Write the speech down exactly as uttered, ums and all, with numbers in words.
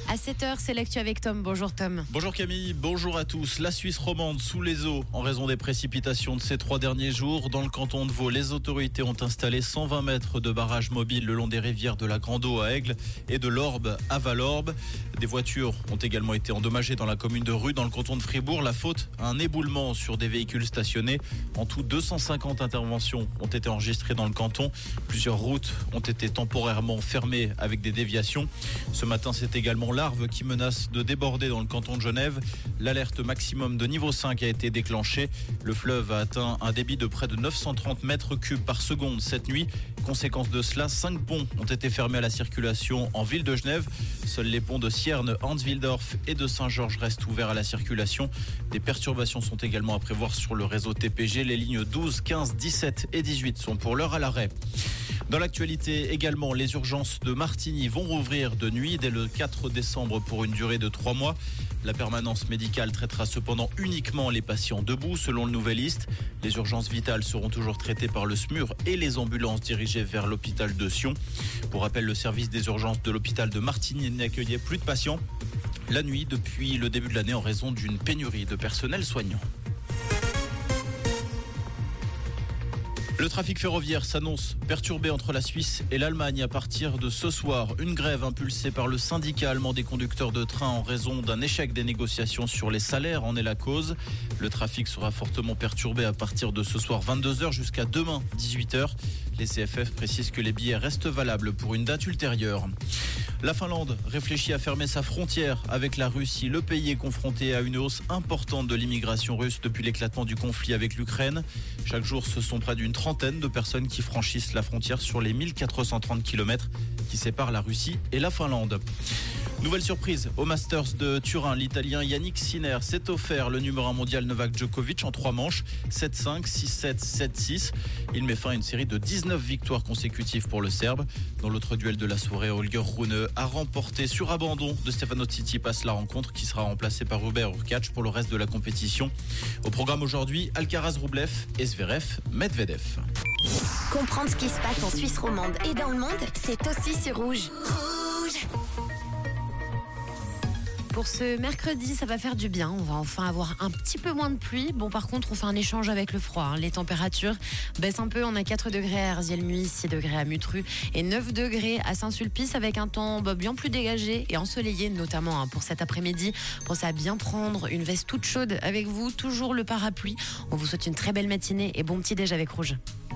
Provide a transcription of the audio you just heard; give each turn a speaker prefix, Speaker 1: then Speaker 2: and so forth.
Speaker 1: À sept heures, c'est l'actu avec Tom. Bonjour Tom.
Speaker 2: Bonjour Camille, bonjour à tous. La Suisse romande sous les eaux en raison des précipitations de ces trois derniers jours. Dans le canton de Vaud, les autorités ont installé cent vingt mètres de barrages mobiles le long des rivières de la Grande Eau à Aigle et de l'Orbe à Valorbe. Des voitures ont également été endommagées dans la commune de Rue, dans le canton de Fribourg. La faute à un éboulement sur des véhicules stationnés. En tout, deux cent cinquante interventions ont été enregistrées dans le canton. Plusieurs routes ont été temporairement fermées avec des déviations. Ce matin, c'est également l'Arve qui menace de déborder dans le canton de Genève. L'alerte maximum de niveau cinq a été déclenchée. Le fleuve a atteint un débit de près de neuf cent trente mètres cubes par seconde cette nuit. Conséquence de cela, cinq ponts ont été fermés à la circulation en ville de Genève. Seuls les ponts de Sierne, Hans-Wildorf et de Saint-Georges restent ouverts à la circulation. Des perturbations sont également à prévoir sur le réseau T P G. Les lignes douze, quinze, dix-sept et dix-huit sont pour l'heure à l'arrêt. Dans l'actualité également, les urgences de Martigny vont rouvrir de nuit dès le quatre décembre pour une durée de trois mois. La permanence médicale traitera cependant uniquement les patients debout selon le nouvel liste. Les urgences vitales seront toujours traitées par le S M U R et les ambulances dirigées vers l'hôpital de Sion. Pour rappel, le service des urgences de l'hôpital de Martigny n'accueillait plus de patients la nuit depuis le début de l'année en raison d'une pénurie de personnel soignant. Le trafic ferroviaire s'annonce perturbé entre la Suisse et l'Allemagne à partir de ce soir. Une grève impulsée par le syndicat allemand des conducteurs de train en raison d'un échec des négociations sur les salaires en est la cause. Le trafic sera fortement perturbé à partir de ce soir vingt-deux heures jusqu'à demain dix-huit heures. Les C F F précisent que les billets restent valables pour une date ultérieure. La Finlande réfléchit à fermer sa frontière avec la Russie. Le pays est confronté à une hausse importante de l'immigration russe depuis l'éclatement du conflit avec l'Ukraine. Chaque jour, ce sont près d'une trentaine de personnes qui franchissent la frontière sur les mille quatre cent trente kilomètres qui séparent la Russie et la Finlande. Nouvelle surprise au Masters de Turin. L'Italien Yannick Sinner s'est offert le numéro un mondial Novak Djokovic en trois manches, sept cinq, six sept, sept six. Il met fin à une série de dix-neuf victoires consécutives pour le Serbe. Dans l'autre duel de la soirée, Holger Rune a remporté sur abandon de Stefano Tsitsipas la rencontre qui sera remplacée par Hubert Hurkacz pour le reste de la compétition. Au programme aujourd'hui, Alcaraz-Rublev et Zverev-Medvedev.
Speaker 3: Comprendre ce qui se passe en Suisse romande et dans le monde, c'est aussi sur Rouge. Rouge.
Speaker 1: Pour ce mercredi, ça va faire du bien. On va enfin avoir un petit peu moins de pluie. Bon, par contre, on fait un échange avec le froid. Les températures baissent un peu. On a quatre degrés à Herziel-Muis, six degrés à Mutru et neuf degrés à Saint-Sulpice avec un temps bien plus dégagé et ensoleillé, notamment pour cet après-midi. Pensez à bien prendre une veste toute chaude avec vous. Toujours le parapluie. On vous souhaite une très belle matinée et bon petit déj avec Rouge.